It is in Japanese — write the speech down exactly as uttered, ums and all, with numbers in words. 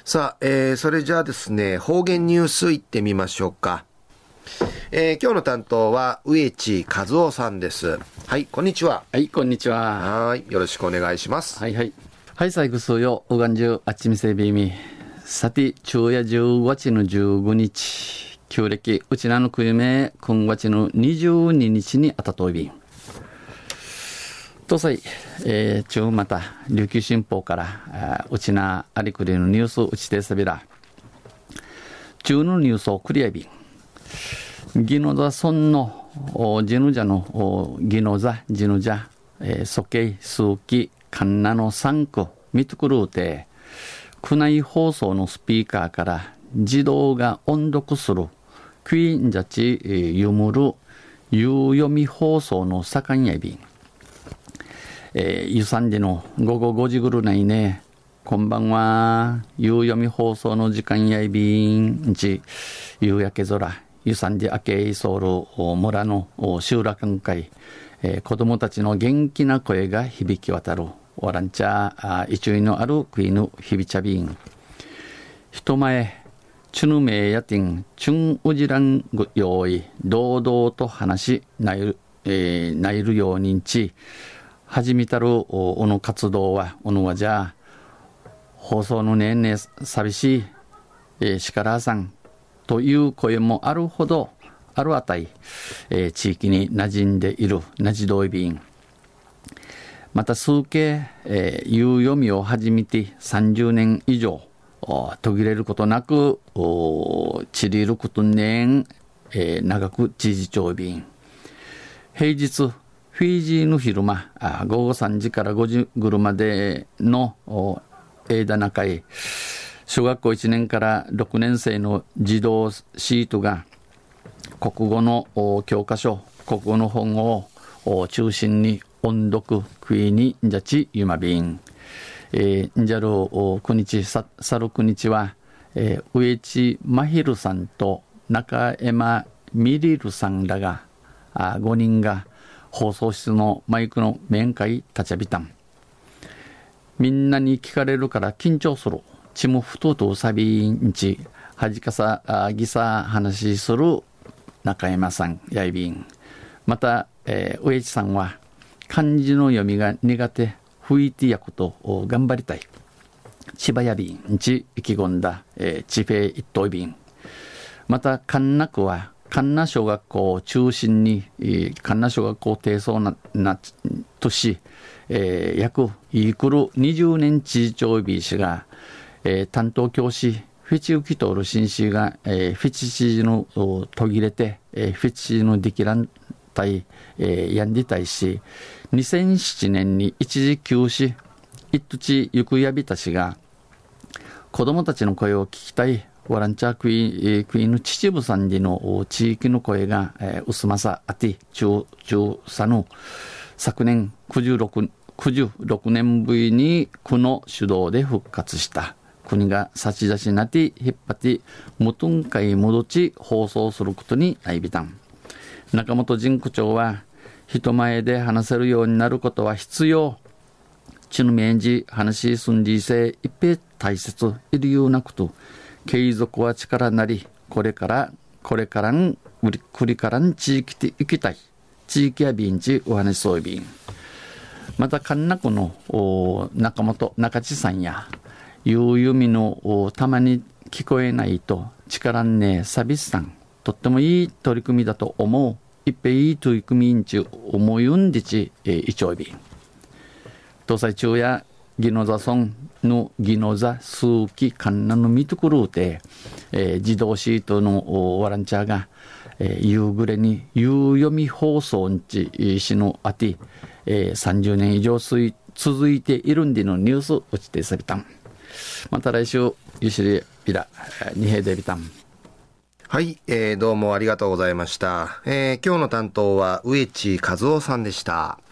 さあ、えー、それじゃあですね、方言ニュースいってみましょうか。えー、今日の担当は植地和夫さんです。はい、こんにちは。 はい、こんにちは。 はい、よろしくお願いします。 はいはい。はい、最後数よ、うがんじゅうあっちみせびみ。さて、昼夜じゅうがつのじゅうごにち、旧暦、うちなのくゆめ、くんがつのにじゅうににちにあたといびん。とさい、えー、中また、琉球新報から、うちなありくりのニュースうちてさびら。中のニュースをクリアびん。ギノザ村のジヌジャのギノザジヌジャ、えー、ソケイスーキカンナのさんくミトクルーテ区内放送のスピーカーから自動が音読するクイーンジャチユムルユー読み放送の盛んやびん、えー、ゆさんじのごごごじぐるないね。こんばんは。ゆう読み放送の時間やいびんち夕焼け空ゆさんじあけいそうる村の集落会、えー、子供たちの元気な声が響き渡るオランチャー一位のあるクイヌヒビチャビン人前チュヌメイヤティンチュンウジラン用意堂々と話しないる、えー、ないるようにんち始めたるおの活動はおのわじゃ放送のねんね寂しい、えー、しからさんという声もあるほどあるあたい、えー、地域に馴染んでいるなじどいびんまた数形、えー、いう読みを始めてさんじゅうねん以上途切れることなくちりることねん、えー、長く知事長便平日フィジーの昼間午後さんじからごじぐるまでの枝中へ小学校いちねんからろくねん生の児童シートが国語の教科書国語の本を中心に音読クイにんじゃちゆまびん、えー、んじゃるくにちささるくにちは、えー、植地まひるさんと中山みりるさんらがあごにんが放送室のマイクの面会立ちゃびたんみんなに聞かれるから緊張するちむふととさびんちはじかさあぎさ話する中山さんやいびんまた、えー、植地さんは漢字の読みが苦手吹いてやことを頑張りたい千葉やびんち意気込んだ、えー、地平一等便また神奈区は神奈小学校を中心に、えー、神奈小学校低層なな年、えー、約イクルにじゅうねん知事長ビー氏が、えー、担当教師フェチウキトール新氏が、えー、フェチ知事の途切れて、えー、フェチ知事のディキラン対、えー、ヤンディ対しにせんななねんに一時休止一土ゆくやびたちが子どもたちの声を聞きたいワランチャークイーンクイーンの秩父さんでの地域の声が、えー、薄まさあて中中佐の昨年きゅうじゅうろく、きゅうじゅうろくねんぶりに区の主導で復活した国が差し出しなて引っ張って無頓会戻ち放送することにないびたん中本仁区長は人前で話せるようになることは必要ちぬめんじ話しすんじせ一平大切いるようなこと継続は力なりこれからこれからんくりからん地域で行きたい地域やびんちお話そうびんまた神奈区の中本中地さんやゆうゆみのたまに聞こえないと力んねえサビスさんとってもいい取り組みだと思う一平いい取り組みんち思いうんでちいちょいびん東西中やギノザ村のギノザ数奇カンナのミトクルーテ、えー、自動シートのワランチャーが、えー、夕暮れに夕読み放送んちしのあて、えー、さんじゅうねん以上続いているんでのニュース落ちてさびたんまた来週ゆしりびらにへいでびたんはい、えー、どうもありがとうございました、えー、今日の担当は植地和夫さんでした。